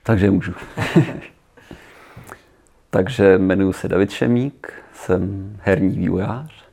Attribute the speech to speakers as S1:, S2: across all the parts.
S1: Takže můžu. Takže jmenuji se David Šemík, jsem herní vývojář.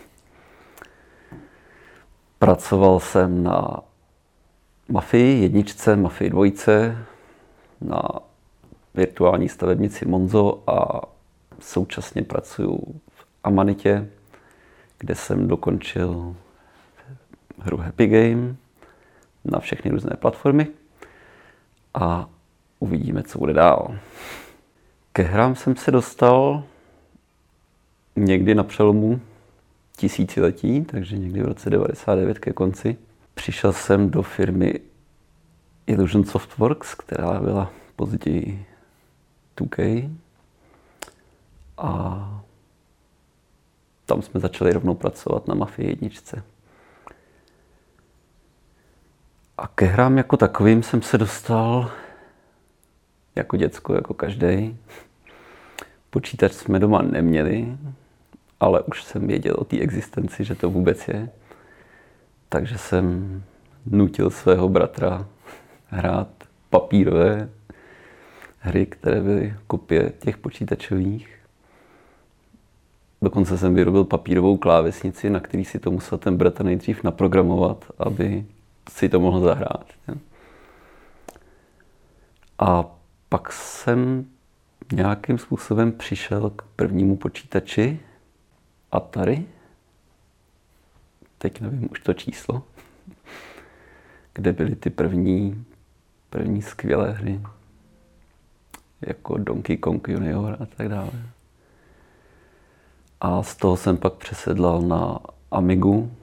S1: Pracoval jsem na Mafii 1, Mafii 2, na virtuální stavebnici Monzo a současně pracuji v Amanitě, kde jsem dokončil hru Happy Game na všechny různé platformy a uvidíme, co bude dál. Ke hrám jsem se dostal někdy na přelomu tisíciletí, takže někdy v roce 99 ke konci. Přišel jsem do firmy Illusion Softworks, která byla později 2K. A tam jsme začali rovnou pracovat na Mafii 1. A ke hrám jako takovým jsem se dostal jako děcko, jako každý. Počítač jsme doma neměli, ale už jsem věděl o té existenci, že to vůbec je. Takže jsem nutil svého bratra hrát papírové hry, které byly kopie těch počítačových. Dokonce jsem vyrobil papírovou klávesnici, na který si to musel ten bratr nejdřív naprogramovat, aby si to mohl zahrát. A pak jsem nějakým způsobem přišel k prvnímu počítači Atari. Teď nevím už to číslo. Kde byly ty první skvělé hry. Jako Donkey Kong Junior a tak dále. A z toho jsem pak přesedlal na Amigu.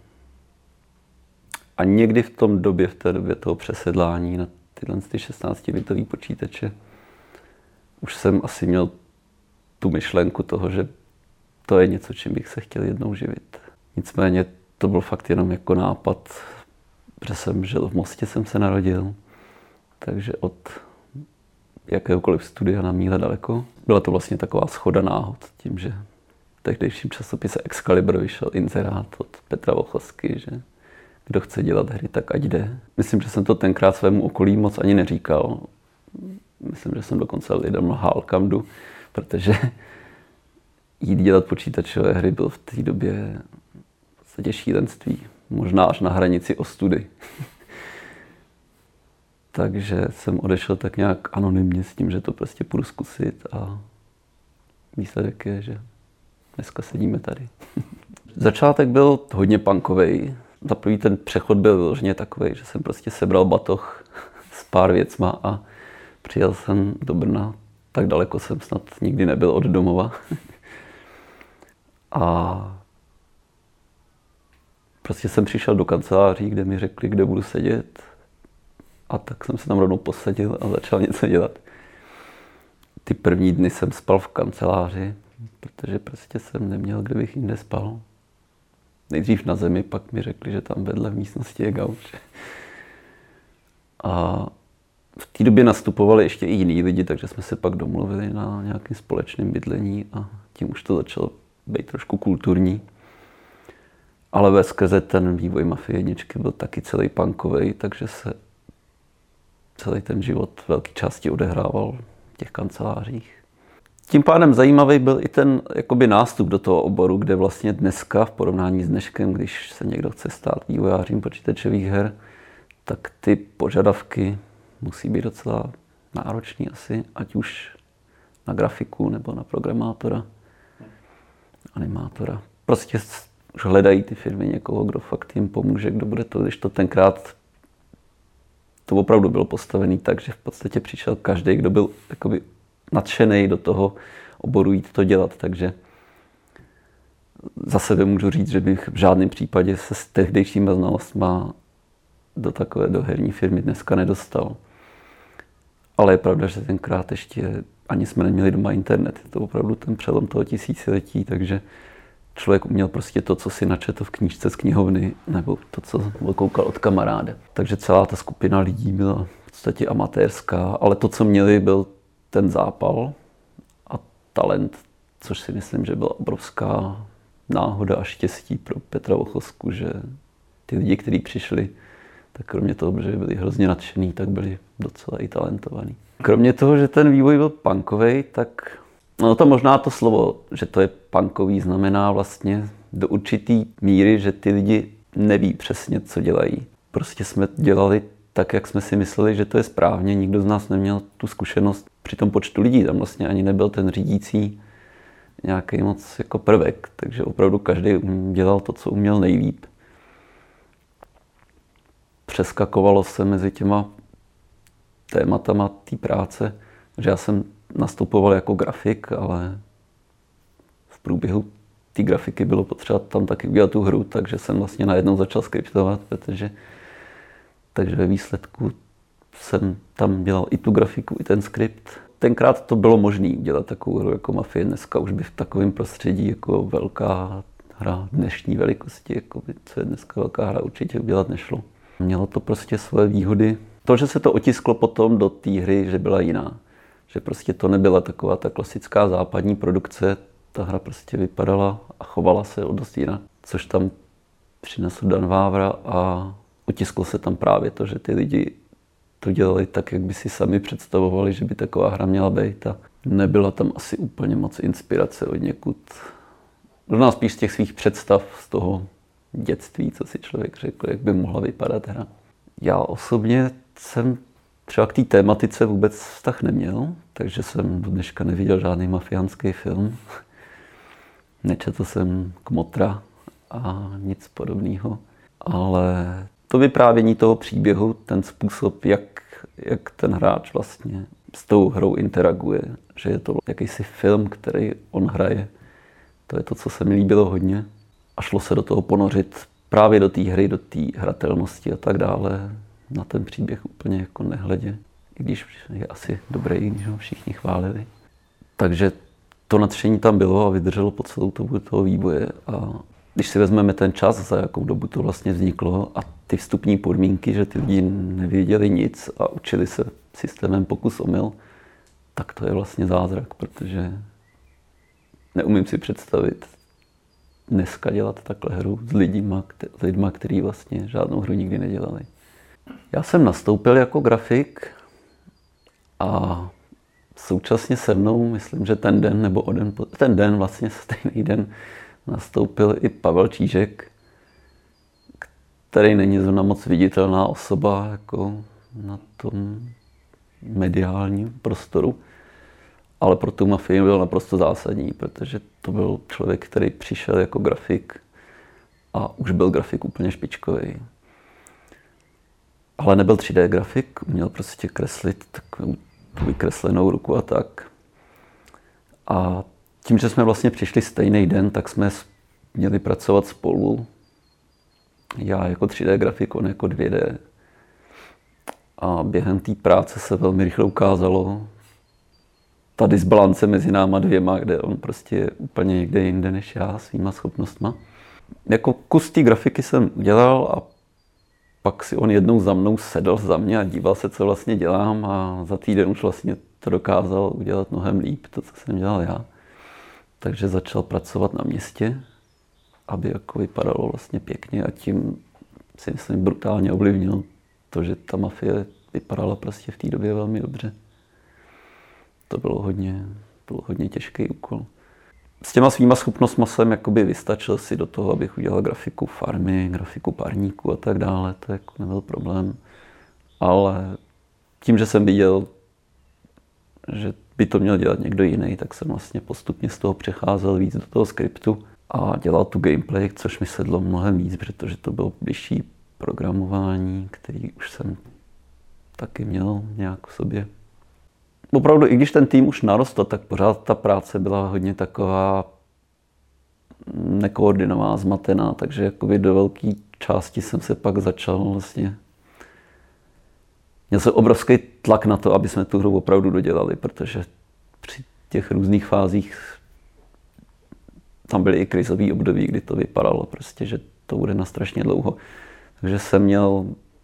S1: A někdy v té době toho přesedlání na tyhle 16-bitový počítače už jsem asi měl tu myšlenku toho, že to je něco, čím bych se chtěl jednou živit. Nicméně to byl fakt jenom jako nápad, že jsem žil v Mostě, jsem se narodil, takže od jakéhokoliv studia na míle daleko. Byla to vlastně taková shoda náhod, tím, že v tehdejším časopise Excalibur vyšel inzerát od Petra Vochosky, že kdo chce dělat hry, tak ať jde. Myslím, že jsem to tenkrát svému okolí moc ani neříkal. Myslím, že jsem dokonce lidem lhal, kam jdu, protože jít dělat počítačové hry byl v té době v podstatě šílenství. Možná až na hranici ostudy. Takže jsem odešel tak nějak anonymně s tím, že to prostě půjdu zkusit a výsledek je, že dneska sedíme tady. Začátek byl hodně punkovej. Za první ten přechod byl vyloženě takovej, že jsem prostě sebral batoh s pár věcma a přijel jsem do Brna. Tak daleko jsem snad nikdy nebyl od domova. A prostě jsem přišel do kanceláří, kde mi řekli, kde budu sedět. A tak jsem se tam rovnou posadil a začal něco dělat. Ty první dny jsem spal v kanceláři, protože prostě jsem neměl, kde bych jinde spal. Nejdřív na zemi, pak mi řekli, že tam vedle v místnosti je gauč. A v té době nastupovali ještě i jiní lidi, takže jsme se pak domluvili na nějakém společném bydlení a tím už to začalo být trošku kulturní. Ale ve skrze ten vývoj Mafie 1 byl taky celý punkovej, takže se celý ten život v velké části odehrával v těch kancelářích. Tím pádem zajímavý byl i ten jakoby nástup do toho oboru, kde vlastně dneska v porovnání s dneškem, když se někdo chce stát vývojářem počítačových her, tak ty požadavky musí být docela náročný asi, ať už na grafiku nebo na programátora, animátora. Prostě už hledají ty firmy někoho, kdo fakt jim pomůže, kdo bude to, když to tenkrát to opravdu bylo postavený tak, že v podstatě přišel každý, kdo byl jakoby nadšený do toho oboru jít to dělat, takže za sebe můžu říct, že bych v žádném případě se s tehdejšíma znalostma do herní firmy dneska nedostal. Ale je pravda, že tenkrát ještě ani jsme neměli doma internet. Je to opravdu ten přelom toho tisíciletí, takže člověk uměl prostě to, co si načetl v knížce z knihovny, nebo to, co koukal od kamaráda. Takže celá ta skupina lidí byla v podstatě amatérská, ale to, co měli, byl ten zápal a talent, což si myslím, že byla obrovská náhoda a štěstí pro Petra Vochosku, že ty lidi, kteří přišli tak kromě toho, že byli hrozně nadšený, tak byli docela i talentovaní. Kromě toho, že ten vývoj byl punkovej, tak no to možná to slovo, že to je punkový, znamená vlastně do určitý míry, že ty lidi neví přesně, co dělají. Prostě jsme dělali tak, jak jsme si mysleli, že to je správně. Nikdo z nás neměl tu zkušenost při tom počtu lidí. Tam vlastně ani nebyl ten řídící nějaký moc jako prvek. Takže opravdu každý dělal to, co uměl nejlíp. Přeskakovalo se mezi těma tématama té práce. Takže já jsem nastupoval jako grafik, ale v průběhu té grafiky bylo potřeba tam taky udělat tu hru, takže jsem vlastně najednou začal skriptovat, takže ve výsledku jsem tam dělal i tu grafiku, i ten skript. Tenkrát to bylo možné dělat takovou hru jako Mafie, dneska už by v takovém prostředí jako velká hra dnešní velikosti, jako by, co je dneska velká hra, určitě udělat nešlo. Mělo to prostě svoje výhody. To, že se to otisklo potom do té hry, že byla jiná. Že prostě to nebyla taková ta klasická západní produkce, ta hra prostě vypadala a chovala se o dost jinak, což tam přinesl Dan Vávra a otisklo se tam právě to, že ty lidi to dělali tak, jak by si sami představovali, že by taková hra měla být a nebyla tam asi úplně moc inspirace od někud. Možná spíš z těch svých představ z toho dětství, co si člověk řekl, jak by mohla vypadat hra. Já osobně jsem třeba k té tématice vůbec vztah neměl, takže jsem do dneška neviděl žádný mafiánský film. Nečetl jsem Kmotra a nic podobného. Ale to vyprávění toho příběhu, ten způsob, jak ten hráč vlastně s tou hrou interaguje, že je to jakýsi film, který on hraje, to je to, co se mi líbilo hodně. A šlo se do toho ponořit právě do té hry, do té hratelnosti a tak dále. Na ten příběh úplně jako nehledě, i když je asi dobrý, když ho všichni chválili. Takže to nadšení tam bylo a vydrželo po celou dobu toho vývoje. A když si vezmeme ten čas, za jakou dobu to vlastně vzniklo a ty vstupní podmínky, že ty lidi nevěděli nic a učili se systémem pokus omyl, tak to je vlastně zázrak, protože neumím si představit dneska dělat takhle hru s lidma, kteří vlastně žádnou hru nikdy nedělali. Já jsem nastoupil jako grafik a současně se mnou, myslím, že ten den nebo ten den, vlastně stejný den, nastoupil i Pavel Čížek, který není zrovna moc viditelná osoba jako na tom mediálním prostoru, ale pro tu Mafii byl naprosto zásadní, protože to byl člověk, který přišel jako grafik a už byl grafik úplně špičkový. Ale nebyl 3D grafik, uměl prostě kreslit takovou tu vykreslenou ruku a tak. A tím, že jsme vlastně přišli stejný den, tak jsme měli pracovat spolu. Já jako 3D grafik, on jako 2D. A během té práce se velmi rychle ukázalo ta disbalance mezi náma dvěma, kde on prostě je úplně někde jinde než já svýma schopnostma. Jako kus té grafiky jsem udělal a pak si on jednou za mnou sedl za mě a díval se, co vlastně dělám a za týden už vlastně to dokázal udělat mnohem líp, to, co jsem dělal já. Takže začal pracovat na městě, aby jako vypadalo vlastně pěkně a tím si myslím brutálně ovlivnil to, že ta Mafie vypadala prostě v té době velmi dobře. To bylo hodně těžký úkol. S těma svýma schopnostma jsem jakoby vystačil si do toho, abych udělal grafiku farmy, grafiku parníku a tak dále, to jako nebyl problém. Ale tím, že jsem viděl, že by to měl dělat někdo jiný, tak jsem vlastně postupně z toho přecházel víc do toho skriptu a dělal tu gameplay, což mi sedlo mnohem víc, protože to bylo bližší programování, který už jsem taky měl nějak v sobě. Opravdu, i když ten tým už narostl, tak pořád ta práce byla hodně taková nekoordinovaná, zmatená, takže jakoby do velké části jsem se pak začal vlastně... Měl jsem obrovský tlak na to, aby jsme tu hru opravdu dodělali, protože při těch různých fázích tam byly i krizový období, kdy to vypadalo prostě, že to bude na strašně dlouho. Takže jsem měl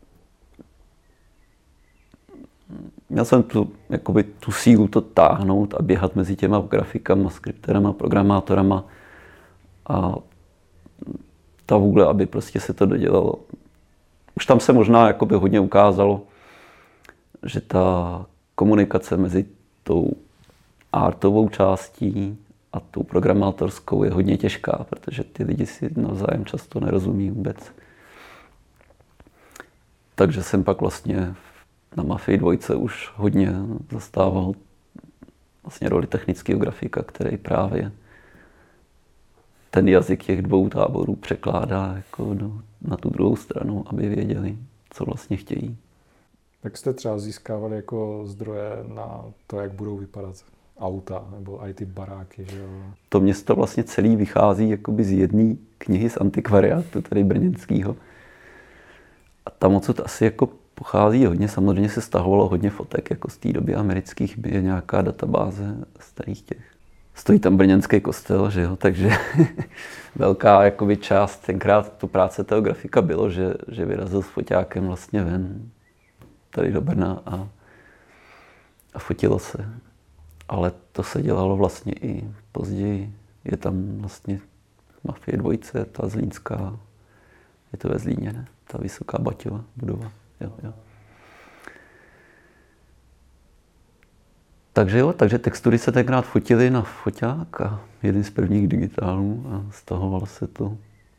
S1: jsem tu sílu to táhnout a běhat mezi těma grafikama, skripterama, programátorama a ta vůle, aby prostě se to dodělalo, Už tam se možná jakoby hodně ukázalo, že ta komunikace mezi tou artovou částí a tou programátorskou je hodně těžká, protože ty lidi si navzájem často nerozumí vůbec. Takže jsem pak vlastně na Mafii 2 už hodně zastával vlastně roli technického grafika, který právě ten jazyk těch dvou táborů překládá jako na tu druhou stranu, aby věděli, co vlastně chtějí.
S2: Tak jste třeba získávali jako zdroje na to, jak budou vypadat auta nebo i ty baráky, že jo?
S1: To město vlastně celý vychází jakoby z jedné knihy z antikvariátu, tady brněnského. A tam odsud asi jako pochází hodně, samozřejmě se stahovalo hodně fotek, jako z té doby amerických, je nějaká databáze starých těch. Stojí tam brněnský kostel, že jo, takže velká jakoby část, tenkrát to práce toho grafika bylo, že vyrazil s foťákem vlastně ven, tady do Brna a fotilo se. Ale to se dělalo vlastně i později. Je tam vlastně Mafie 2, ta zlínská, je to ve Zlíně, ne? Ta vysoká Baťova budova. Jo. Takže textury se tenkrát fotily na foťák a jeden z prvních digitálů a stahovalo se to.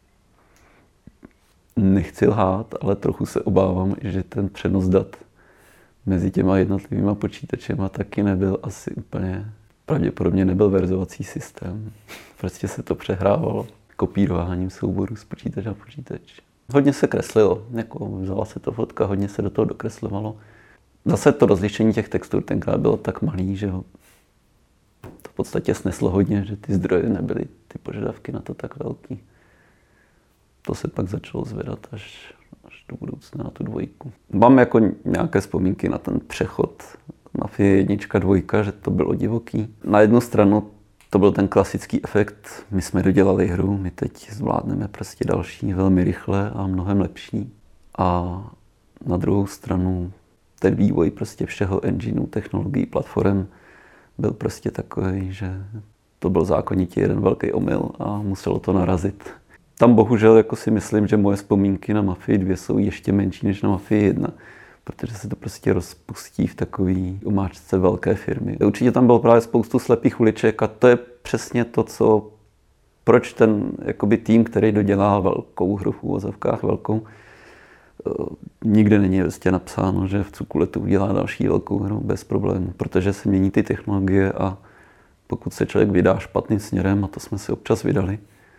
S1: Nechci lhát, ale trochu se obávám, že ten přenos dat mezi těma jednotlivýma počítačema taky nebyl asi úplně, pravděpodobně nebyl verzovací systém. Prostě se to přehrávalo kopírováním souborů z počítače na počítač. Hodně se kreslilo, jako vzala se to fotka, hodně se do toho dokreslovalo. Zase to rozlišení těch textur tenkrát bylo tak malý, že to v podstatě sneslo hodně, že ty zdroje nebyly, ty požadavky na to tak velký. To se pak začalo zvedat až do budoucna na tu 2. Mám jako nějaké vzpomínky na ten přechod Mafie 1, 2, že to bylo divoký. Na jednu stranu to byl ten klasický efekt, my jsme dodělali hru, my teď zvládneme prostě další velmi rychle a mnohem lepší. A na druhou stranu ten vývoj prostě všeho engineu, technologií, platform byl prostě takový, že to byl zákonitě jeden velký omyl a muselo to narazit. Tam bohužel jako si myslím, že moje vzpomínky na Mafii 2 jsou ještě menší než na Mafii 1, protože se to prostě rozpustí v takový omáčce velké firmy. Určitě tam bylo právě spoustu slepých uliček a to je přesně to, proč ten jakoby tým, který dodělá velkou hru v uvozovkách, velkou, nikde není vlastně napsáno, že v Cukuletu udělá další velkou hru bez problémů, protože se mění ty technologie a pokud se člověk vydá špatným směrem, a to jsme si občas vydali,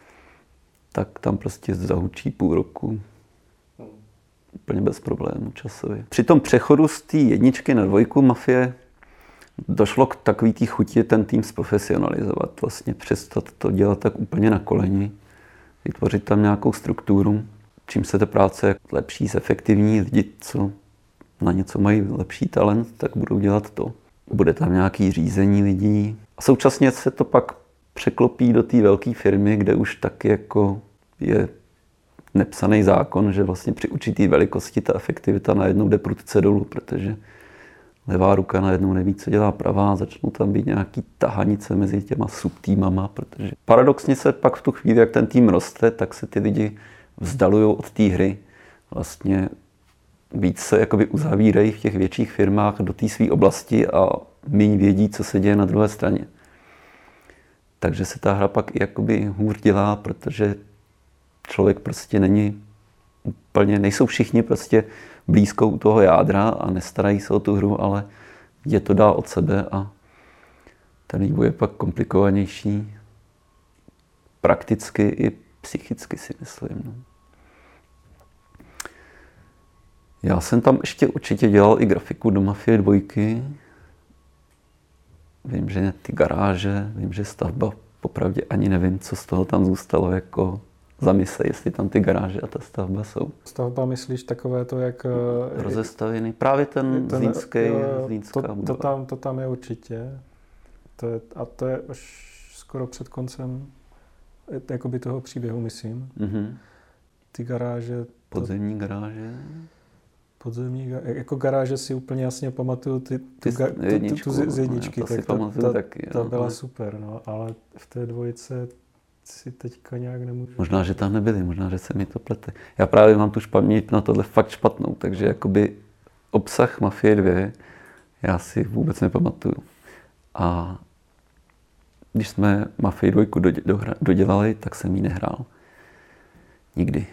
S1: tak tam prostě zahučí půl roku úplně bez problémů časově. Při tom přechodu z té 1 na 2 Mafie došlo k takový té chuti ten tým zprofesionalizovat, vlastně přestat to dělat tak úplně na koleni, vytvořit tam nějakou strukturu, čím se ta práce lepší, zefektivní, lidi, co na něco mají lepší talent, tak budou dělat to. Bude tam nějaký řízení lidí. A současně se to pak překlopí do té velké firmy, kde už taky jako je nepsaný zákon, že vlastně při určitý velikosti ta efektivita najednou jde prudce dolů, protože levá ruka najednou neví, co dělá pravá, začnou tam být nějaký tahanice mezi těma subtýmama, protože paradoxně se pak v tu chvíli, jak ten tým roste, tak se ty lidi vzdalujou od té hry. Vlastně víc se jakoby uzavírají v těch větších firmách do té své oblasti a míň vědí, co se děje na druhé straně. Takže se ta hra pak i jakoby hůř dělá, protože člověk prostě není úplně, nejsou všichni prostě blízko u toho jádra a nestarají se o tu hru, ale je to dál od sebe a ten vývoj je pak komplikovanější prakticky i psychicky, si myslím. No. Já jsem tam ještě určitě dělal i grafiku do Mafie 2. Vím, že ty garáže, vím, že stavba, popravdě ani nevím, co z toho tam zůstalo jako zamysle, jestli tam ty garáže a ta stavba jsou.
S2: Stavba myslíš takové to, jak...
S1: Rozestavěný. Právě ten zlínská budova.
S2: To tam je určitě. To je až skoro před koncem jakoby toho příběhu, myslím.
S1: Mm-hmm.
S2: Ty garáže...
S1: Podzemní garáže.
S2: Jako garáže si úplně jasně pamatuju tu z jedničky.
S1: Ta si pamatuju taky.
S2: Ta byla super, no, ale v té 2 si teďka nějak nemůžu.
S1: Možná, že tam nebyli, možná, že se mi to plete. Já právě mám tu paměť na tohle fakt špatnou, takže jakoby obsah Mafie 2 já si vůbec nepamatuju. A když jsme Mafii 2 dodělali, tak jsem ji nehrál. Nikdy.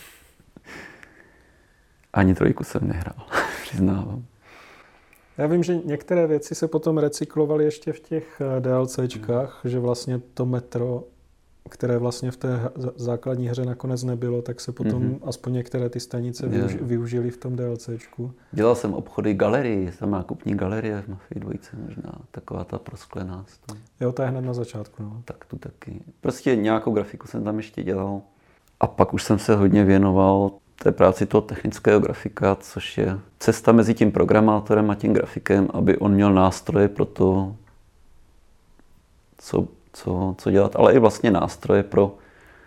S1: Ani 3 jsem nehrál, přiznávám.
S2: Já vím, že některé věci se potom recyklovaly ještě v těch DLCčkách, že vlastně to metro, které vlastně v té základní hře nakonec nebylo, tak se potom aspoň některé ty stanice využily v tom DLCčku.
S1: Dělal jsem obchody galerii, tam nákupní galerie v Mafii 2 možná, taková ta prosklená.
S2: Jo, to je hned na začátku. No.
S1: Tak tu taky. Prostě nějakou grafiku jsem tam ještě dělal. A pak už jsem se hodně věnoval té práci toho technického grafika, což je cesta mezi tím programátorem a tím grafikem, aby on měl nástroje pro to, co dělat, ale i vlastně nástroje pro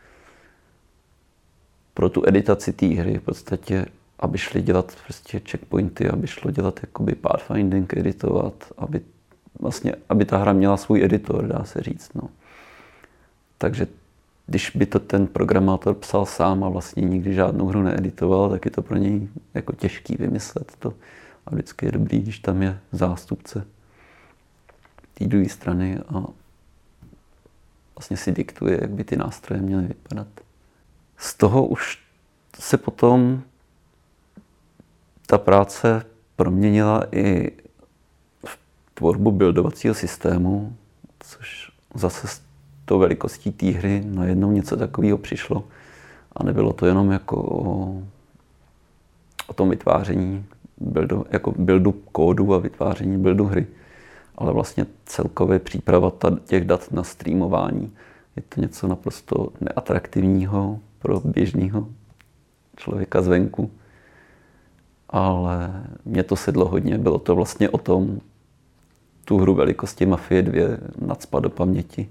S1: tu editaci té hry, v podstatě, aby šli dělat prostě checkpointy, aby šlo dělat jakoby pathfinding, editovat, aby ta hra měla svůj editor, dá se říct. No. Takže když by to ten programátor psal sám a vlastně nikdy žádnou hru needitoval, tak je to pro něj jako těžký vymyslet to. A vždycky je dobrý, když tam je zástupce té druhé strany a vlastně si diktuje, jak by ty nástroje měly vypadat. Z toho už se potom ta práce proměnila i v tvorbu buildovacího systému, což zase s tou velikostí té hry najednou něco takového přišlo. A nebylo to jenom jako o tom vytváření buildu kódu a vytváření buildu hry, ale vlastně celkově příprava těch dat na streamování. Je to něco naprosto neatraktivního pro běžného člověka zvenku. Ale mně to sedlo hodně. Bylo to vlastně o tom tu hru velikosti Mafie 2 nacpat do paměti.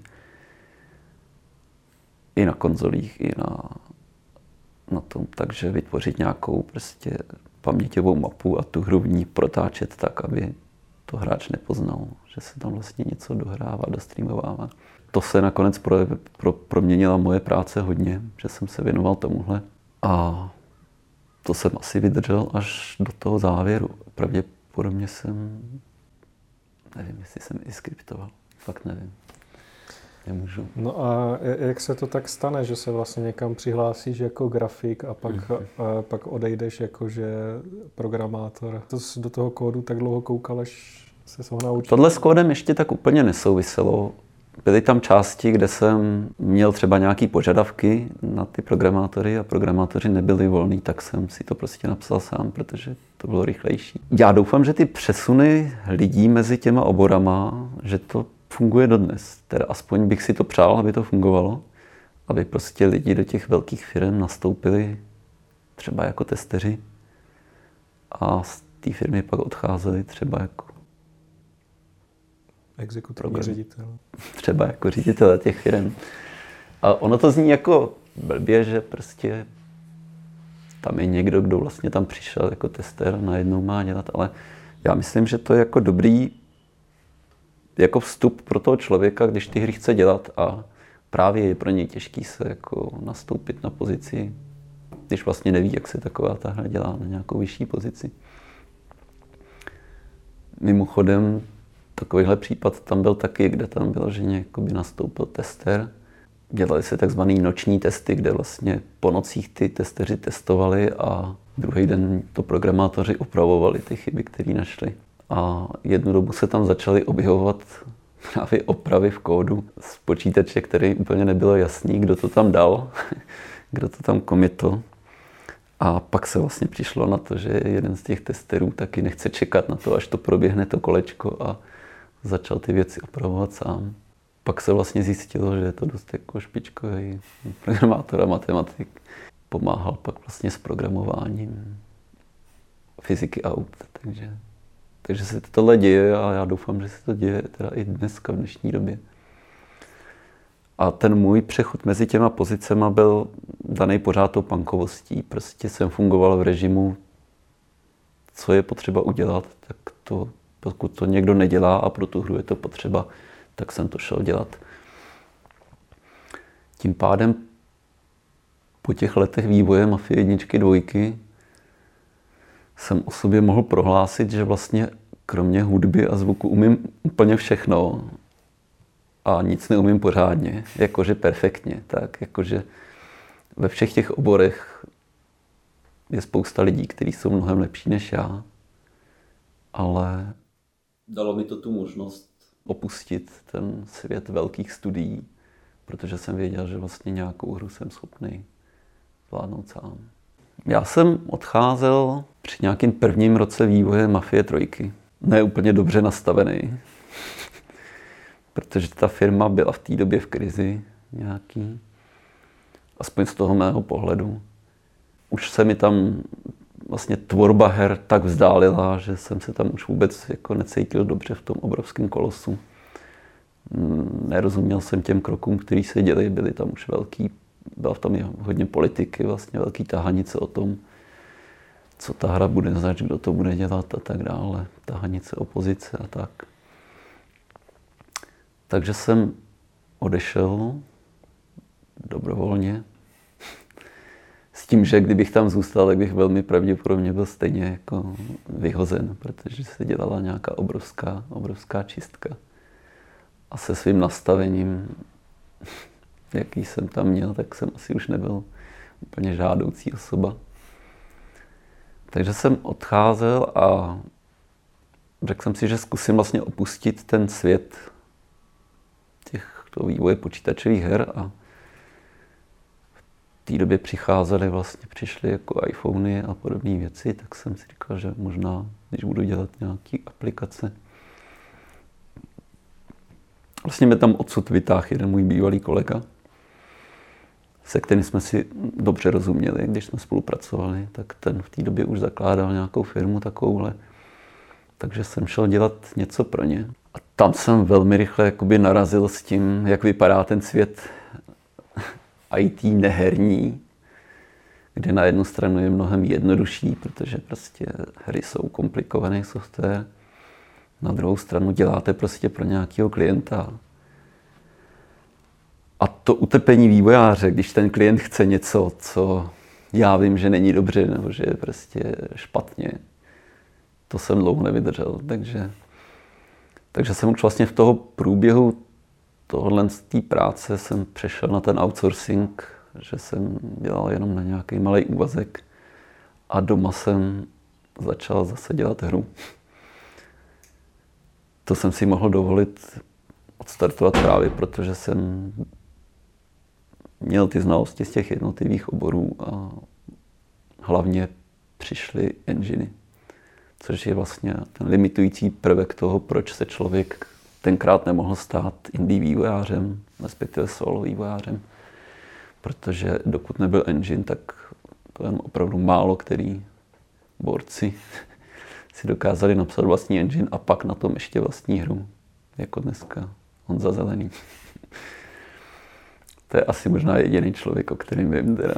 S1: I na konzolích, i na tom. Takže vytvořit nějakou prostě paměťovou mapu a tu hru v ní protáčet tak, aby to hráč nepoznal, že se tam vlastně něco dohrává, dostreamovává. To se nakonec proměnila moje práce hodně, že jsem se věnoval tomuhle. A to jsem asi vydržel až do toho závěru. Pravděpodobně nevím, jestli jsem i skriptoval. Fakt nevím. Nemůžu.
S2: No a jak se to tak stane, že se vlastně někam přihlásíš jako grafik a pak odejdeš jakože programátor? To jsi do toho kódu tak dlouho koukal, až se ho naučil?
S1: Tohle s kódem ještě tak úplně nesouviselo. Byly tam části, kde jsem měl třeba nějaké požadavky na ty programátory a programátoři nebyli volní, tak jsem si to prostě napsal sám, protože to bylo rychlejší. Já doufám, že ty přesuny lidí mezi těma oborama, že to funguje dodnes. Teda aspoň bych si to přál, aby to fungovalo, aby prostě lidi do těch velkých firm nastoupili třeba jako testeři a z té firmy pak odcházeli třeba jako
S2: exekutivní ředitel.
S1: Třeba jako ředitel těch firm. A ono to zní jako blbě, že prostě tam je někdo, kdo vlastně tam přišel jako tester a najednou má dělat, ale já myslím, že to je jako dobrý jako vstup pro toho člověka, když ty hry chce dělat a právě je pro něj těžký se jako nastoupit na pozici, když vlastně neví, jak se taková ta hra dělá na nějakou vyšší pozici. Mimochodem, takovýhle případ tam byl taky, kde tam vyloženě jakoby nastoupil tester. Dělali se takzvaný noční testy, kde vlastně po nocích ty testeři testovali a druhý den to programátoři opravovali ty chyby, které našli. A jednu dobu se tam začaly objevovat právě opravy v kódu z počítače, který úplně nebylo jasný, kdo to tam dal, kdo to tam commitl. A pak se vlastně přišlo na to, že jeden z těch testerů taky nechce čekat na to, až to proběhne to kolečko a začal ty věci opravovat sám. Pak se vlastně zjistilo, že je to dost jako špičkový programátor a matematik. Pomáhal pak vlastně s programováním fyziky aut, takže se tohle děje a já doufám, že se to děje teda i dneska v dnešní době. A ten můj přechod mezi těma pozicema byl daný pořád tou punkovostí. Prostě jsem fungoval v režimu, co je potřeba udělat, tak to, pokud to někdo nedělá a pro tu hru je to potřeba, tak jsem to šel dělat. Tím pádem po těch letech vývoje Mafie 1, 2 jsem o sobě mohl prohlásit, že vlastně kromě hudby a zvuku umím úplně všechno a nic neumím pořádně, jakože perfektně. Tak jakože ve všech těch oborech je spousta lidí, kteří jsou mnohem lepší než já, ale dalo mi to tu možnost opustit ten svět velkých studií, protože jsem věděl, že vlastně nějakou hru jsem schopný zvládnout sám. Já jsem odcházel při nějakým prvním roce vývoje Mafie 3. Ne úplně dobře nastavený, protože ta firma byla v té době v krizi nějaký, aspoň z toho mého pohledu. Už se mi tam vlastně tvorba her tak vzdálila, že jsem se tam už vůbec jako necítil dobře v tom obrovském kolosu. Nerozuměl jsem těm krokům, které se děly, byly tam už velký, byla v tom i hodně politiky, vlastně velký tahanice o tom, co ta hra bude znamenat, kdo to bude dělat a tak dále, tahanice opozice a tak. Takže jsem odešel dobrovolně s tím, že kdybych tam zůstal, tak bych velmi pravděpodobně byl stejně jako vyhozen, protože se dělala nějaká obrovská čistka. A se svým nastavením, jaký jsem tam měl, tak jsem asi už nebyl úplně žádoucí osoba. Takže jsem odcházel a řekl jsem si, že zkusím vlastně opustit ten svět těchto vývoje počítačových her a v té době přišly jako iPhony a podobné věci, tak jsem si říkal, že možná, když budu dělat nějaké aplikace. Vlastně mě tam odsud vytáhl jeden můj bývalý kolega, se kterým jsme si dobře rozuměli, když jsme spolupracovali, tak ten v té době už zakládal nějakou firmu takovouhle. Takže jsem šel dělat něco pro ně. A tam jsem velmi rychle jakoby narazil s tím, jak vypadá ten svět IT neherní, kde na jednu stranu je mnohem jednodušší, protože prostě hry jsou komplikovaný software. Na druhou stranu děláte prostě pro nějakého klienta. A to utrpení vývojáře, když ten klient chce něco, co já vím, že není dobře, nebo že je prostě špatně, to jsem dlouho nevydržel. Takže jsem už vlastně v toho průběhu z té práce jsem přešel na ten outsourcing, že jsem dělal jenom na nějaký malý úvazek a doma jsem začal zase dělat hru. To jsem si mohl dovolit odstartovat právě, protože jsem měl ty znalosti z těch jednotlivých oborů a hlavně přišly enginy, což je vlastně ten limitující prvek toho, proč se člověk tenkrát nemohl stát indie vývojářem, respektive solo vývojářem, protože dokud nebyl engine, tak to jen opravdu málo který borci si dokázali napsat vlastní engine a pak na tom ještě vlastní hru, jako dneska Honza Zelený. To je asi možná jediný člověk, o kterém vím teda.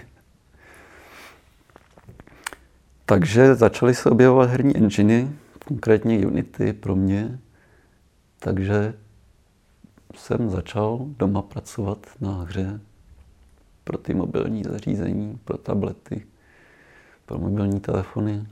S1: Takže začaly se objevovat herní enginy, konkrétně Unity pro mě. Takže jsem začal doma pracovat na hře pro ty mobilní zařízení, pro tablety, pro mobilní telefony.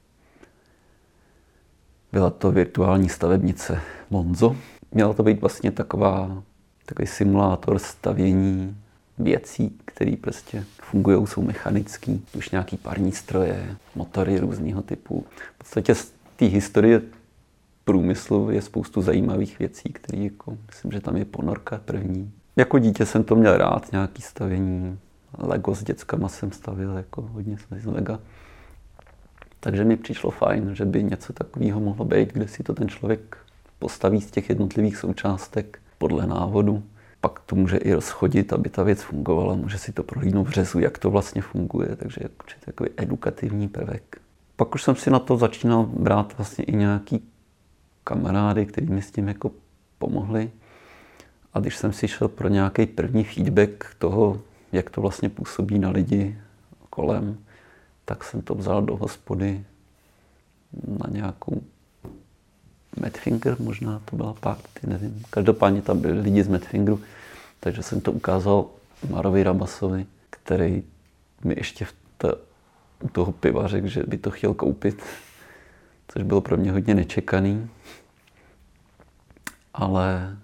S1: Byla to virtuální stavebnice Monzo. Měla to být vlastně takový simulátor stavění věcí, které prostě fungují, jsou mechanický. Už nějaký parní stroje, motory různého typu. V podstatě z té historie průmyslu je spoustu zajímavých věcí, které jako, myslím, že tam je ponorka první. Jako dítě jsem to měl rád, nějaký stavění. Lego s dětskama jsem stavil, jako hodně z Lega. Takže mi přišlo fajn, že by něco takového mohlo být, kde si to ten člověk postaví z těch jednotlivých součástek podle návodu. Pak to může i rozchodit, aby ta věc fungovala, může si to prohlídnout v řezu, jak to vlastně funguje, takže je určitě takový edukativní prvek. Pak už jsem si na to začínal brát vlastně i nějaký kamarády, kteří mi s tím jako pomohli. A když jsem si šel pro nějaký první feedback toho, jak to vlastně působí na lidi kolem, tak jsem to vzal do hospody na nějakou Madfinger, možná to byla party, nevím. Každopádně tam byli lidi z Madfingeru, takže jsem to ukázal Marovi Rabasovi, který mi ještě u toho piva řekl, že by to chtěl koupit, což bylo pro mě hodně nečekaný, ale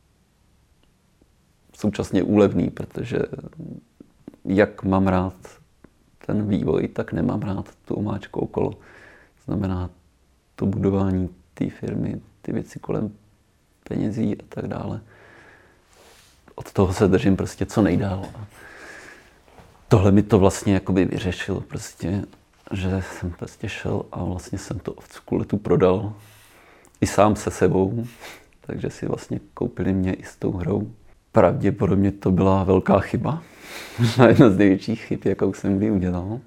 S1: současně úlevný, protože jak mám rád ten vývoj, tak nemám rád tu omáčku okolo. Znamená to budování té firmy, ty věci kolem penězí a tak dále. Od toho se držím prostě co nejdál. A tohle mi to vlastně jakoby vyřešilo prostě, že jsem prostě šel a vlastně jsem to Ovckuletu prodal i sám se sebou, takže si vlastně koupili mě i s tou hrou. Pravděpodobně to byla velká chyba, možná jedna z největších chyb, jakou jsem kdy udělal.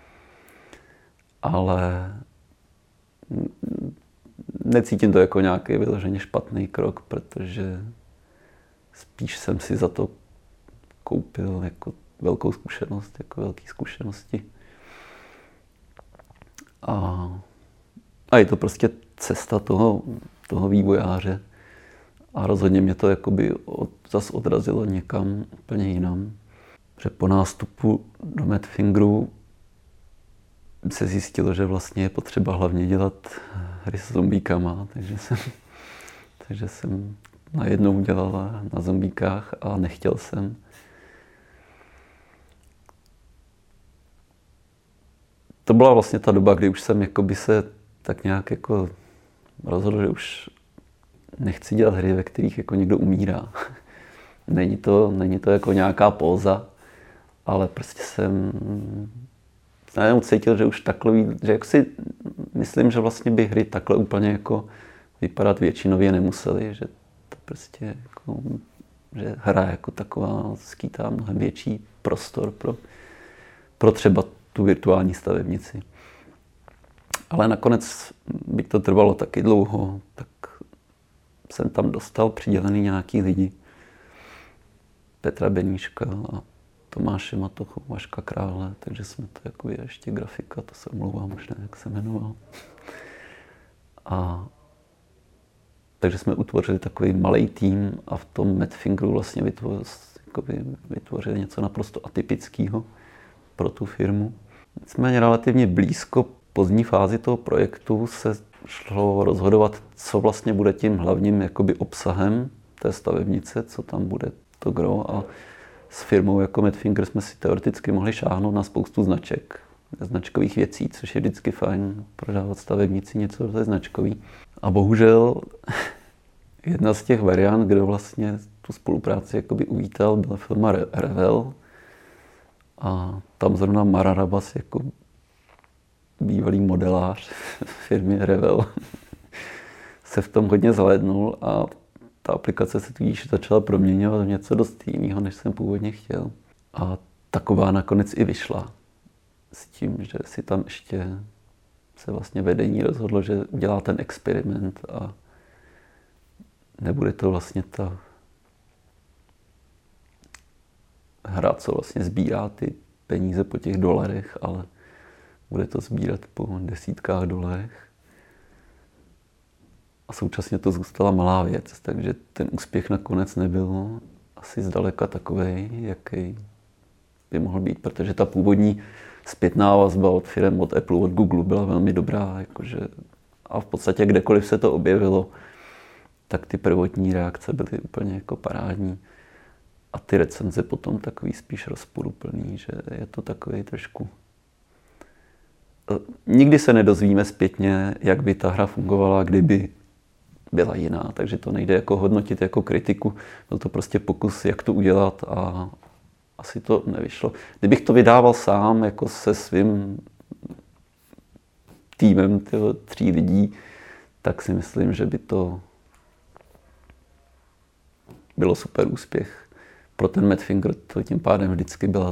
S1: Ale necítím to jako nějaký vyloženě špatný krok, protože spíš jsem si za to koupil jako velkou zkušenost, jako velké zkušenosti. A je to prostě cesta toho vývojáře. A rozhodně mě to jakoby zas odrazilo někam úplně jinam. Že po nástupu do Madfingeru se zjistilo, že vlastně je potřeba hlavně dělat hry s zombíkama, takže jsem najednou dělal na zombíkách a nechtěl jsem. To byla vlastně ta doba, kdy už jsem jakoby se tak nějak jako rozhodl, že už nechci dělat hry, ve kterých jako někdo umírá. Není to jako nějaká póza, ale prostě jsem najednou cítil, že už takový, že jak si myslím, že vlastně by hry takhle úplně jako vypadat většinově nemusely, že to prostě jako, že hra jako taková skýtá mnohem větší prostor pro třeba tu virtuální stavebnici. Ale nakonec, byť to trvalo taky dlouho, tak jsem tam dostal přidělený nějaký lidi. Petra Beníška a Tomáše Matochu, Vaška Krále, takže jsme to jako ještě grafika, to se omlouvám možná, jak se jmenoval. Takže jsme utvořili takový malý tým a v tom Madfingeru vlastně vytvořili něco naprosto atypického pro tu firmu. Nicméně relativně blízko pozdní fázi toho projektu se šlo rozhodovat, co vlastně bude tím hlavním jakoby obsahem té stavebnice, co tam bude to gro, a s firmou jako Madfinger jsme si teoreticky mohli šáhnout na spoustu značek, značkových věcí, což je vždycky fajn prodávat stavebnici něco ze značkový. A bohužel jedna z těch variant, kde vlastně tu spolupráci jakoby uvítal, byla firma Revell. A tam zrovna Mara Rabas jako bývalý modelář firmy Revell se v tom hodně zhlédnul a ta aplikace se tudíž začala proměňovat v něco dost jiného, než jsem původně chtěl. A taková nakonec i vyšla s tím, že si tam ještě se vlastně vedení rozhodlo, že udělá ten experiment a nebude to vlastně ta hra, co vlastně sbírá ty peníze po těch dolarech, ale bude to sbírat po desítkách dolarech. A současně to zůstala malá věc, takže ten úspěch nakonec nebyl asi zdaleka takovej, jaký by mohl být, protože ta původní zpětná vazba od firem, od Apple, od Google byla velmi dobrá. Jakože, a v podstatě kdekoliv se to objevilo, tak ty prvotní reakce byly úplně jako parádní. A ty recenze potom takový spíš rozporuplný, že je to takový trošku... Nikdy se nedozvíme zpětně, jak by ta hra fungovala, kdyby byla jiná, takže to nejde jako hodnotit jako kritiku. Byl to prostě pokus, jak to udělat a asi to nevyšlo. Kdybych to vydával sám, jako se svým týmem 3 lidí, tak si myslím, že by to bylo super úspěch. Pro ten Madfinger to tím pádem vždycky byla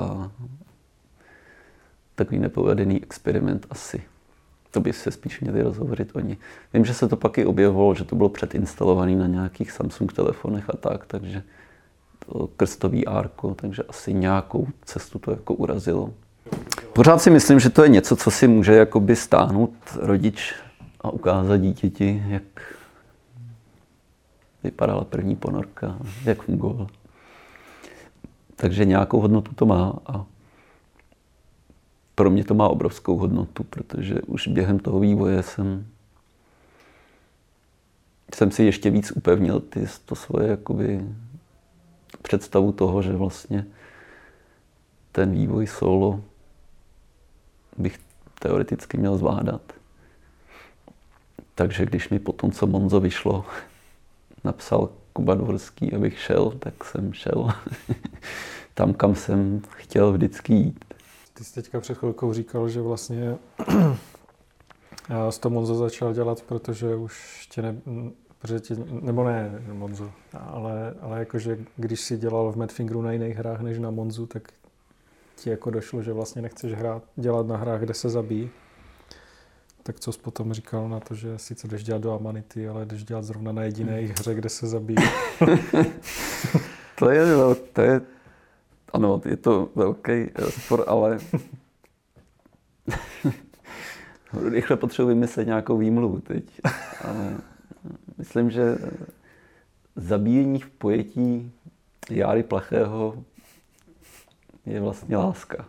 S1: takový nepovedený experiment asi. To by se spíš měli rozhovořit oni. Vím, že se to pak i objevovalo, že to bylo předinstalované na nějakých Samsung telefonech a tak, takže to krstový árko, takže asi nějakou cestu to jako urazilo. Pořád si myslím, že to je něco, co si může jakoby stáhnout rodič a ukázat dítěti, jak vypadala první ponorka, jak fungovala. Takže nějakou hodnotu to má a pro mě to má obrovskou hodnotu, protože už během toho vývoje jsem si ještě víc upevnil to svoje jakoby představu toho, že vlastně ten vývoj solo bych teoreticky měl zvládat. Takže když mi potom, co Monzo vyšlo, napsal Kuba Dvorský, abych šel, tak jsem šel tam, kam jsem chtěl vždycky jít.
S2: Ty jsi teďka před chvilkou říkal, že vlastně jsi to Monzo začal dělat, protože už tě nebo ne Monzo, ale jakože když jsi dělal v Madfingeru na jiných hrách než na Monzu, tak ti jako došlo, že vlastně nechceš dělat na hrách, kde se zabíjí. Tak co jsi potom říkal na to, že sice jdeš dělat do Amanity, ale jdeš dělat zrovna na jediné hře, kde se zabíjí?
S1: Ano, je to velký spor, ale rychle potřebuji vymyslet nějakou výmluvu teď. Ale myslím, že zabíjení v pojetí Járy Plachého je vlastně láska.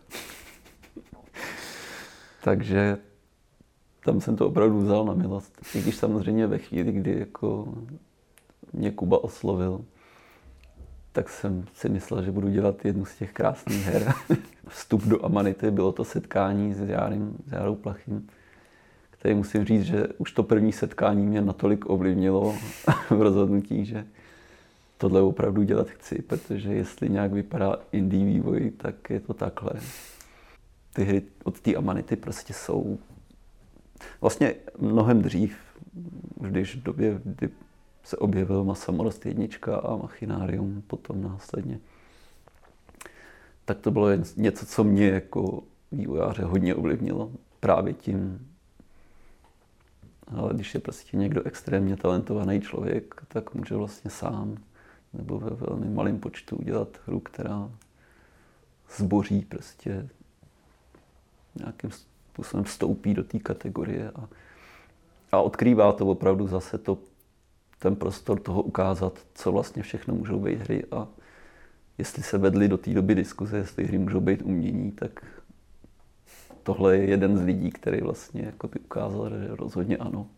S1: Takže tam jsem to opravdu vzal na milost. I když samozřejmě ve chvíli, kdy jako mě Kuba oslovil, tak jsem si myslel, že budu dělat jednu z těch krásných her. Vstup do Amanity, bylo to setkání s Járou Plachým, který musím říct, že už to první setkání mě natolik ovlivnilo v rozhodnutí, že tohle opravdu dělat chci, protože jestli nějak vypadá indie vývoj, tak je to takhle. Ty hry od té Amanity prostě jsou vlastně mnohem dřív, když v době, kdy se objevil Samorost 1 a Machinarium potom následně. Tak to bylo něco, co mě jako vývojáře hodně ovlivnilo právě tím. Ale když je prostě někdo extrémně talentovaný člověk, tak může vlastně sám nebo ve velmi malém počtu udělat hru, která zboří prostě nějakým způsobem vstoupí do té kategorie a odkrývá to opravdu zase ten prostor toho ukázat, co vlastně všechno můžou být hry a jestli se vedly do té doby diskuze, jestli hry můžou být umění, tak tohle je jeden z lidí, který vlastně jako by ukázal, že rozhodně ano.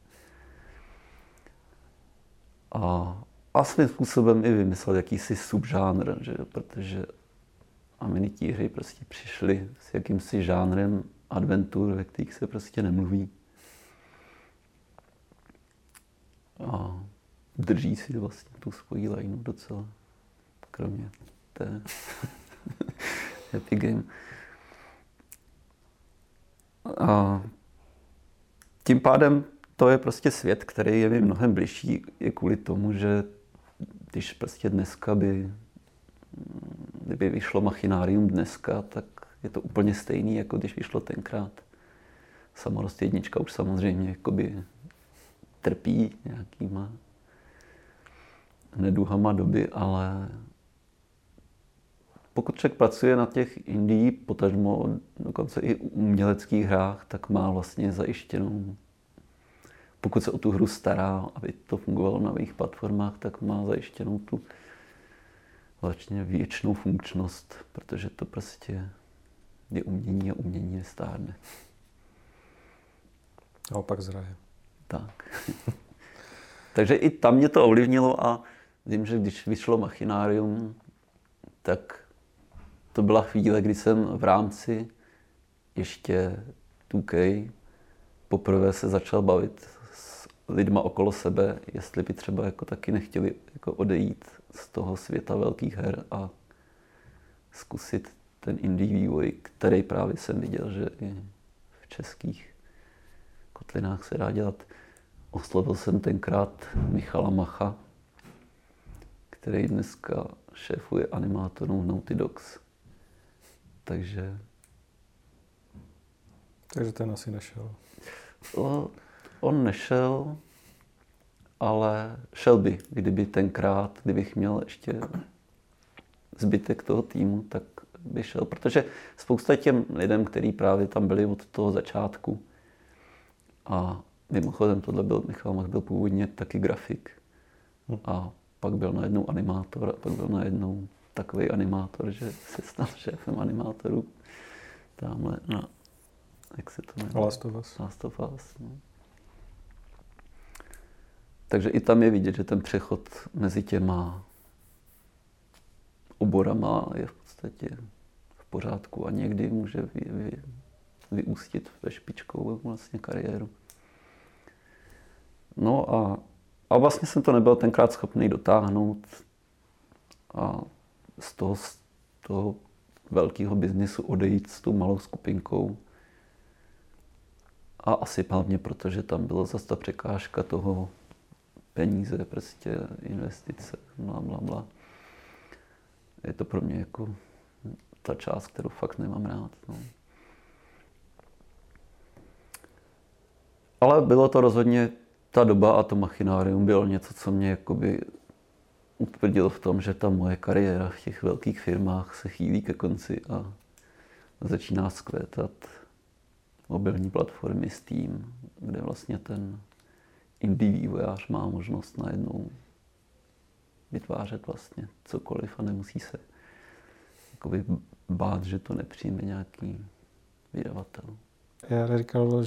S1: A svým způsobem i vymyslel jakýsi subžánr, že? Protože amenitní hry prostě přišly s jakýmsi žánrem adventur, ve kterých se prostě nemluví. A drží si vlastně tu svoji lineu docela, kromě té Happy Game. A tím pádem to je prostě svět, který je mi mnohem bližší, je kvůli tomu, že když prostě dneska kdyby vyšlo Machinarium dneska, tak je to úplně stejný, jako když vyšlo tenkrát. Samorost 1 už samozřejmě jakoby trpí nějakýma neduhama doby, ale pokud člověk pracuje na těch indie, potažmo dokonce i uměleckých hrách, tak má vlastně zajištěnou, pokud se o tu hru stará, aby to fungovalo na jejich platformách, tak má zajištěnou tu vlastně věčnou funkčnost, protože to prostě je umění a umění nestárne.
S2: A opak zraje.
S1: Tak. Takže i tam mě to ovlivnilo a vím, že když vyšlo Machinarium, tak to byla chvíle, kdy jsem v rámci ještě 2K poprvé se začal bavit s lidma okolo sebe, jestli by třeba jako taky nechtěli jako odejít z toho světa velkých her a zkusit ten indie vývoj, který právě jsem viděl, že i v českých kotlinách se dá dělat. Oslovil jsem tenkrát Michala Macha, který dneska šéfuje animátorům Naughty Dogs. Takže
S2: ten asi nešel.
S1: On nešel, ale šel by, kdybych měl ještě zbytek toho týmu, tak by šel. Protože spousta těm lidem, kteří právě tam byli od toho začátku, a mimochodem Michal Mach byl původně taky grafik. A pak byl najednou animátor a pak byl najednou takový animátor, že se stal šéfem animátorů. Tamhle na, jak se to jmenuje?
S2: Last of Us.
S1: Last of Us, no. Takže i tam je vidět, že ten přechod mezi těma oborama je v podstatě v pořádku a někdy může vyústit ve špičkovou vlastně kariéru. No a vlastně jsem to nebyl tenkrát schopný dotáhnout a z toho velkého biznisu odejít s tou malou skupinkou. A asi hlavně protože tam byla zase ta překážka toho peníze, prostě investice, blablabla. Je to pro mě jako ta část, kterou fakt nemám rád. No. Ale bylo to rozhodně, ta doba a to machinárium bylo něco, co mě jakoby utvrdilo v tom, že ta moje kariéra v těch velkých firmách se chýlí ke konci a začíná zkvétat mobilní platformy Steam, kde vlastně ten indie vývojář má možnost najednou vytvářet vlastně cokoliv a nemusí se jakoby bát, že to nepřijme nějaký vydavatel.
S2: Já říkal,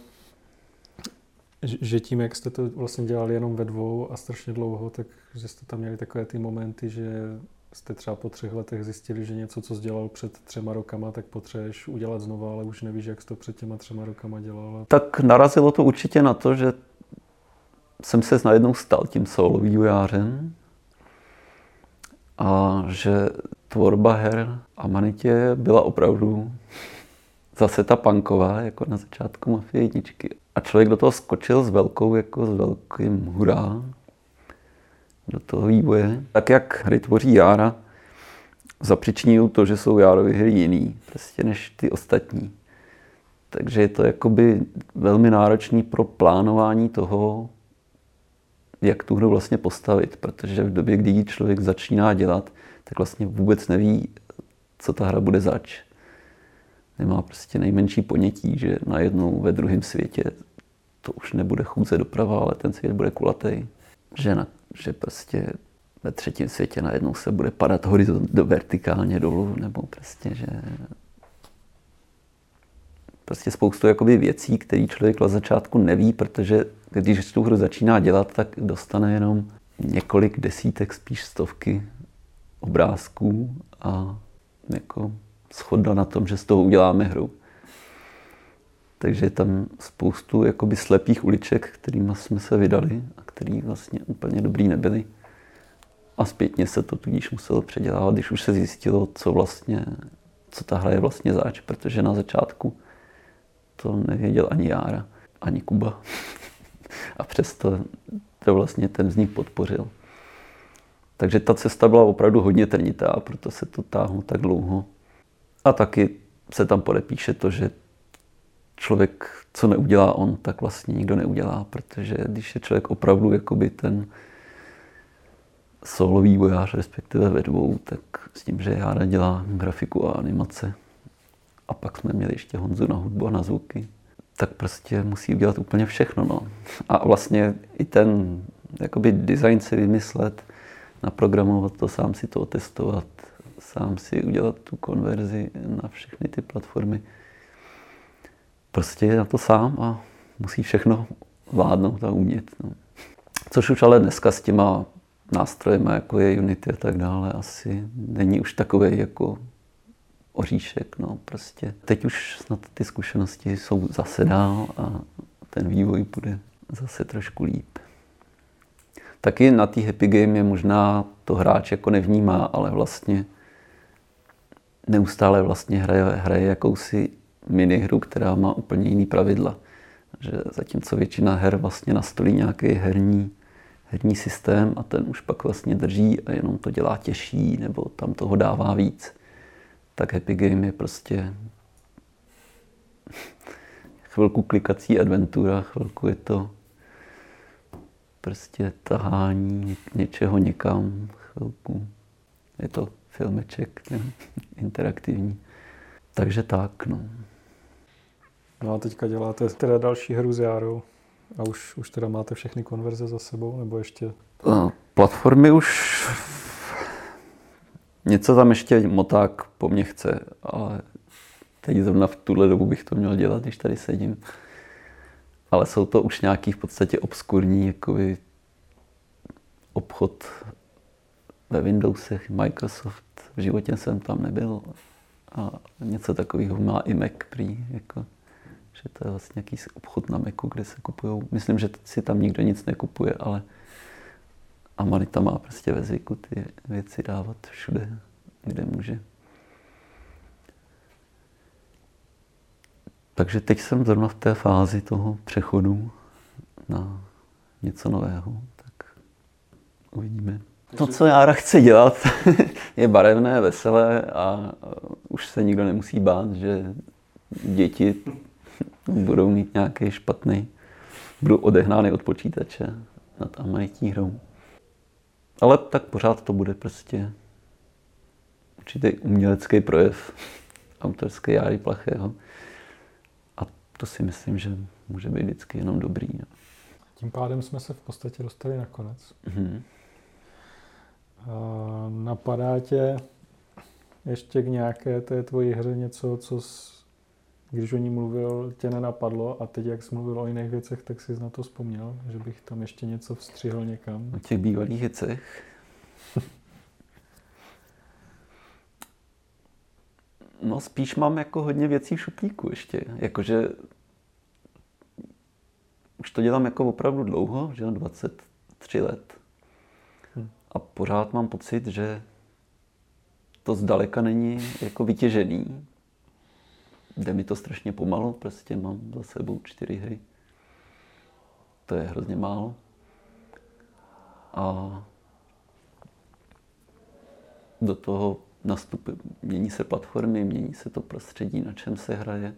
S2: že tím, jak jste to vlastně dělali jenom ve dvou a strašně dlouho, tak že jste tam měli takové ty momenty, že jste třeba po 3 letech zjistili, že něco, co jsi dělal před 3 rokama, tak potřebuješ udělat znova, ale už nevíš, jak jsi to před těma 3 rokama dělal.
S1: Tak narazilo to určitě na to, že jsem se najednou stal tím solo vývojářem a že tvorba her Amanitě byla opravdu zase ta punková, jako na začátku Mafie 1. A člověk do toho skočil s velkým hurá do toho vývoje. Tak jak hry tvoří Jára, zapřičňují to, že jsou Járovy hry jiný, prostě než ty ostatní. Takže je to jakoby velmi náročný pro plánování toho, jak tu hru vlastně postavit, protože v době, kdy ji člověk začíná dělat, tak vlastně vůbec neví, co ta hra bude zač. Nemá prostě nejmenší ponětí, že najednou ve druhém světě to už nebude chůze doprava, ale ten svět bude kulatý. Že prostě ve 3. světě najednou se bude padat vertikálně dolů, nebo prostě, že prostě spoustu jakoby věcí, které člověk na začátku neví, protože když tu hru začíná dělat, tak dostane jenom několik desítek, spíš stovky obrázků a jako shoda na tom, že z toho uděláme hru. Takže je tam spoustu jakoby slepých uliček, kterými jsme se vydali a který vlastně úplně dobrý nebyly. A zpětně se to tudíž muselo předělávat, když už se zjistilo, co ta hra je vlastně zač, protože na začátku to nevěděl ani Jára, ani Kuba. A přesto to vlastně ten vznik podpořil. Takže ta cesta byla opravdu hodně trnitá, a proto se to táhlo tak dlouho. A taky se tam podepíše to, že člověk, co neudělá on, tak vlastně nikdo neudělá, protože když je člověk opravdu jakoby ten solo vývojář, respektive ve dvou, tak s tím, že Jára dělá grafiku a animace a pak jsme měli ještě Honzu na hudbu a na zvuky, tak prostě musí udělat úplně všechno. No. A vlastně i ten jakoby design si vymyslet, naprogramovat to, sám si to otestovat, sám si udělat tu konverzi na všechny ty platformy. Prostě je na to sám a musí všechno vládnout a umět. No. Což už ale dneska s těma nástrojema, jako je Unity a tak dále, asi není už takovej jako oříšek. No. Prostě teď už snad ty zkušenosti jsou zase dál a ten vývoj bude zase trošku líp. Taky na té Happy Game je možná to hráč jako nevnímá, ale vlastně neustále vlastně hraje jakousi minihru, která má úplně jiný pravidla. Že zatímco většina her vlastně nastolí nějaký herní systém a ten už pak vlastně drží a jenom to dělá těžší nebo tam toho dává víc, tak Happy Game je prostě chvilku klikací adventura, chvilku je to prostě tahání něčeho někam, chvilku je to filmeček interaktivní. Takže tak, no.
S2: No a teďka děláte teda další hru s Járou a už teda máte všechny konverze za sebou, nebo ještě?
S1: Platformy už Něco tam ještě moták po mně chce, ale teď zrovna v tuhle dobu bych to měl dělat, když tady sedím. Ale jsou to už nějaký v podstatě obskurní jakoby obchod ve Windowsech, Microsoft. V životě jsem tam nebyl. A něco takového má i Mac prý, jako, že to je vlastně nějaký obchod na Macu, kde se kupujou. Myslím, že si tam nikdo nic nekupuje, ale Amanita má prostě ve zvyku ty věci dávat všude, kde může. Takže teď jsem zrovna v té fázi toho přechodu na něco nového, tak uvidíme. To, co Jára chce dělat, je barevné, veselé a už se nikdo nemusí bát, že děti budou mít nějaký špatný, budou odehnány od počítače nad Amanití hrou. Ale tak pořád to bude prostě určitý umělecký projev autorský Járy Plachého. A to si myslím, že může být vždycky jenom dobrý. No.
S2: Tím pádem jsme se v podstatě dostali na konec.
S1: Mm-hmm.
S2: Napadá tě ještě k nějaké té tvojí hře něco, co když o ní mluvil, tě nenapadlo a teď, jak jsi mluvil o jiných věcech, tak jsi na to vzpomněl, že bych tam ještě něco vstřihl někam.
S1: O těch bývalých věcech? No spíš mám jako hodně věcí v šuplíku ještě. Jakože už to dělám jako opravdu dlouho, že 23 let. A pořád mám pocit, že to zdaleka není jako vytěžený. Jde mi to strašně pomalu, prostě mám za sebou 4 hry. To je hrozně málo. A do toho mění se platformy, mění se to prostředí, na čem se hraje.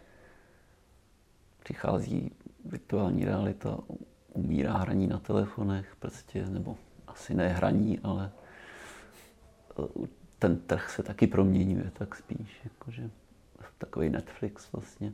S1: Přichází virtuální realita, umírá hraní na telefonech, prostě, nebo asi ne hraní, ale ten trh se taky proměňuje, tak spíš, jakože takový Netflix vlastně.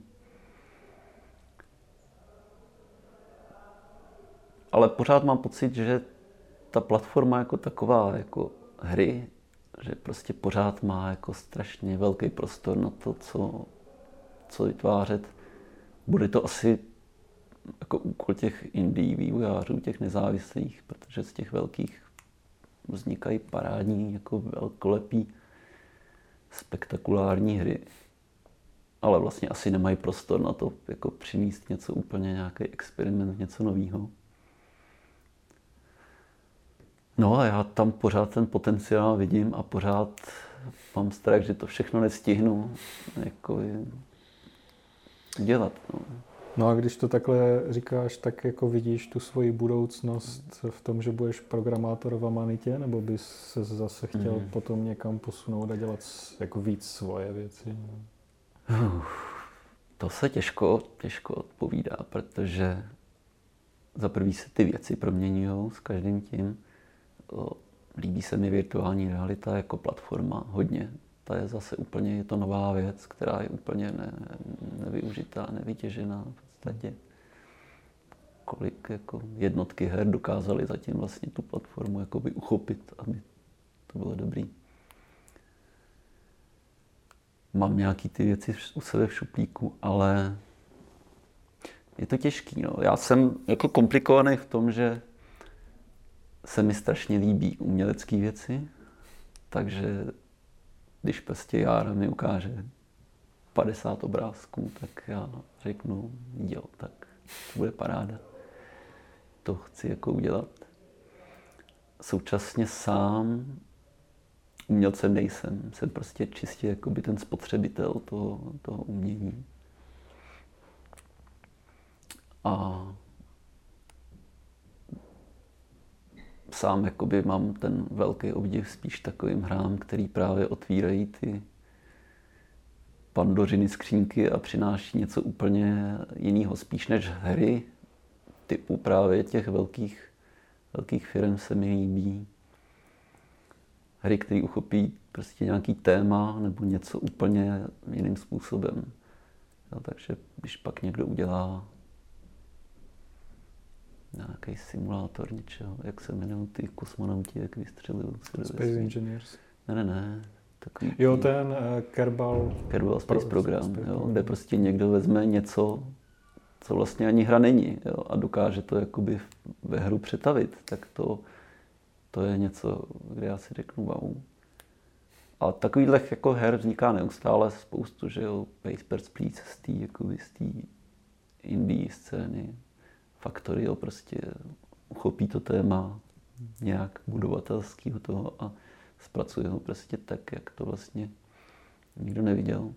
S1: Ale pořád mám pocit, že ta platforma jako taková, jako hry, že prostě pořád má jako strašně velký prostor na to, co vytvářet. Bude to asi jako úkol těch indie vývojářů, těch nezávislých, protože z těch velkých vznikají parádní, jako velkolepý, spektakulární hry. Ale vlastně asi nemají prostor na to, jako přinést něco úplně, nějaký experiment, něco nového. No a já tam pořád ten potenciál vidím a pořád mám strach, že to všechno nestihnu jako dělat. No.
S2: No a když to takhle říkáš, tak jako vidíš tu svoji budoucnost v tom, že budeš programátor v Amanitě, nebo bys se zase chtěl potom někam posunout a dělat jako víc svoje věci?
S1: To se těžko odpovídá, protože za prvý se ty věci proměňují s každým tím. Líbí se mi virtuální realita jako platforma hodně. Ta je zase úplně, je to nová věc, která je úplně nevyužitá, nevytěžená v podstatě. Kolik jako jednotky her dokázaly zatím vlastně tu platformu jakoby uchopit, aby to bylo dobrý. Mám nějaký ty věci u sebe v šuplíku, ale je to těžký. No. Já jsem jako komplikovaný v tom, že se mi strašně líbí umělecké věci, takže když prostě Jára mi ukáže 50 obrázků, tak já řeknu, jo, tak to bude paráda. To chci jako udělat. Současně sám umělcem nejsem. Jsem prostě čistě jakoby ten spotřebitel toho umění. A sám jakoby mám ten velký obdiv spíš takovým hrám, který právě otvírají ty Pandořiny skřínky a přináší něco úplně jiného. Spíš než hry typu právě těch velkých firm se mi líbí. Hry, které uchopí prostě nějaký téma nebo něco úplně jiným způsobem. Jo, takže když pak někdo udělá nějaký simulátor něčeho, jak se jmenují ty kosmonauti, jak vystřelují.
S2: Space Engineers.
S1: Ne. Takový
S2: Jo, ten Kerbal
S1: Space Program, jo, kde prostě někdo vezme něco, co vlastně ani hra není, jo, a dokáže to jakoby ve hru přetavit, tak to je něco, kde já si řeknu wow. A takových jako her vzniká neustále spoustu, že jo, Papers, Please z té indie scény, Factorio prostě uchopí to téma nějak budovatelského toho a zpracuje ho prostě tak, jak to vlastně nikdo neviděl.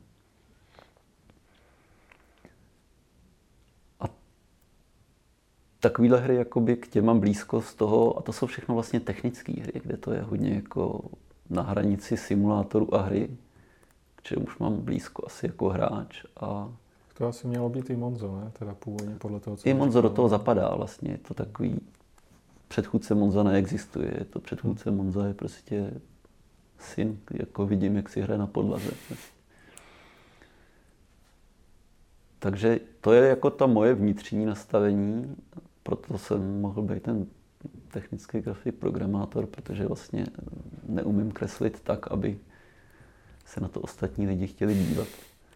S1: A takovýhle hry jakoby k těm mám blízko z toho, a to jsou všechno vlastně technické hry, kde to je hodně jako na hranici simulátoru a hry, k čemuž mám blízko asi jako hráč. A
S2: to asi mělo být i Monzo, ne? Teda původně podle toho, co
S1: i Monzo do toho zapadá vlastně, je to takový, předchůdce Monza neexistuje, je to předchůdce Monza je prostě syn, jako vidím, jak si hraje na podlaze. Takže to je jako ta moje vnitřní nastavení, proto jsem mohl být ten technický grafik programátor, protože vlastně neumím kreslit tak, aby se na to ostatní lidi chtěli dívat.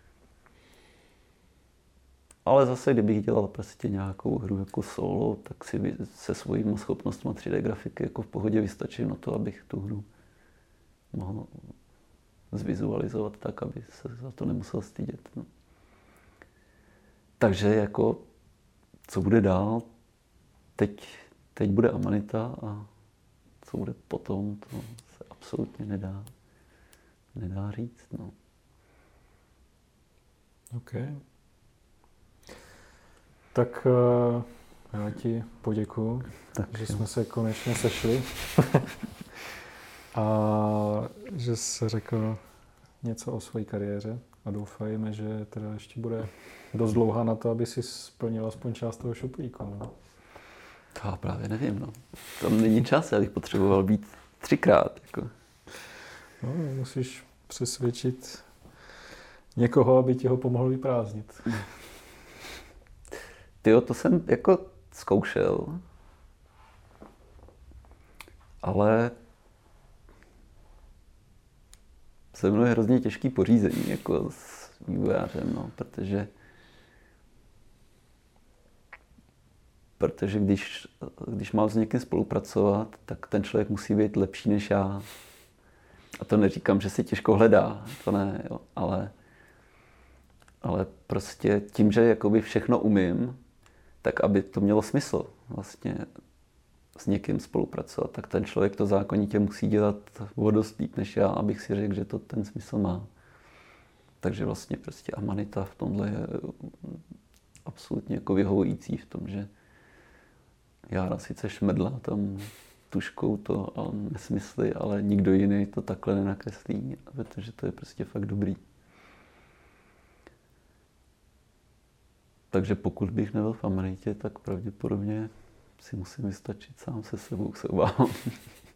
S1: Ale zase, kdybych dělal prostě nějakou hru jako solo, tak si se svými schopnostmi 3D grafiky jako v pohodě vystačím na to, abych tu hru mohl zvizualizovat tak, aby se za to nemusel stydět. No. Takže jako, co bude dál? Teď bude Amanita a co bude potom, to se absolutně nedá říct. No.
S2: OK. Tak já ti poděkuju, že jsme se konečně sešli a že jsi řekl něco o své kariéře a doufajme, že teda ještě bude dost dlouhá na to, aby si splnil aspoň část toho šuplíku. No.
S1: To já právě nevím. No. Tam není čas, já bych potřeboval být 3krát. Jako.
S2: No, musíš přesvědčit někoho, aby ti ho pomohl vyprázdnit.
S1: Tyjo, to jsem jako zkoušel, ale se mnou je hrozně těžký pořízení jako s vývojářem, no, protože když mám s někým spolupracovat, tak ten člověk musí být lepší než já. A to neříkám, že si těžko hledá, to ne, jo, ale prostě tím, že jakoby všechno umím, tak aby to mělo smysl vlastně s někým spolupracovat, tak ten člověk to zákonitě musí dělat o dost líp než já, abych si řekl, že to ten smysl má. Takže vlastně prostě Amanita v tomhle je absolutně jako vyhovující v tom, že Jára sice šmedlá tam tuškou to a nesmysly, ale nikdo jiný to takhle nenakreslí, protože to je prostě fakt dobrý. Takže pokud bych nebyl v Amanitě, tak pravděpodobně si musím vystačit sám se sebou, se obávám.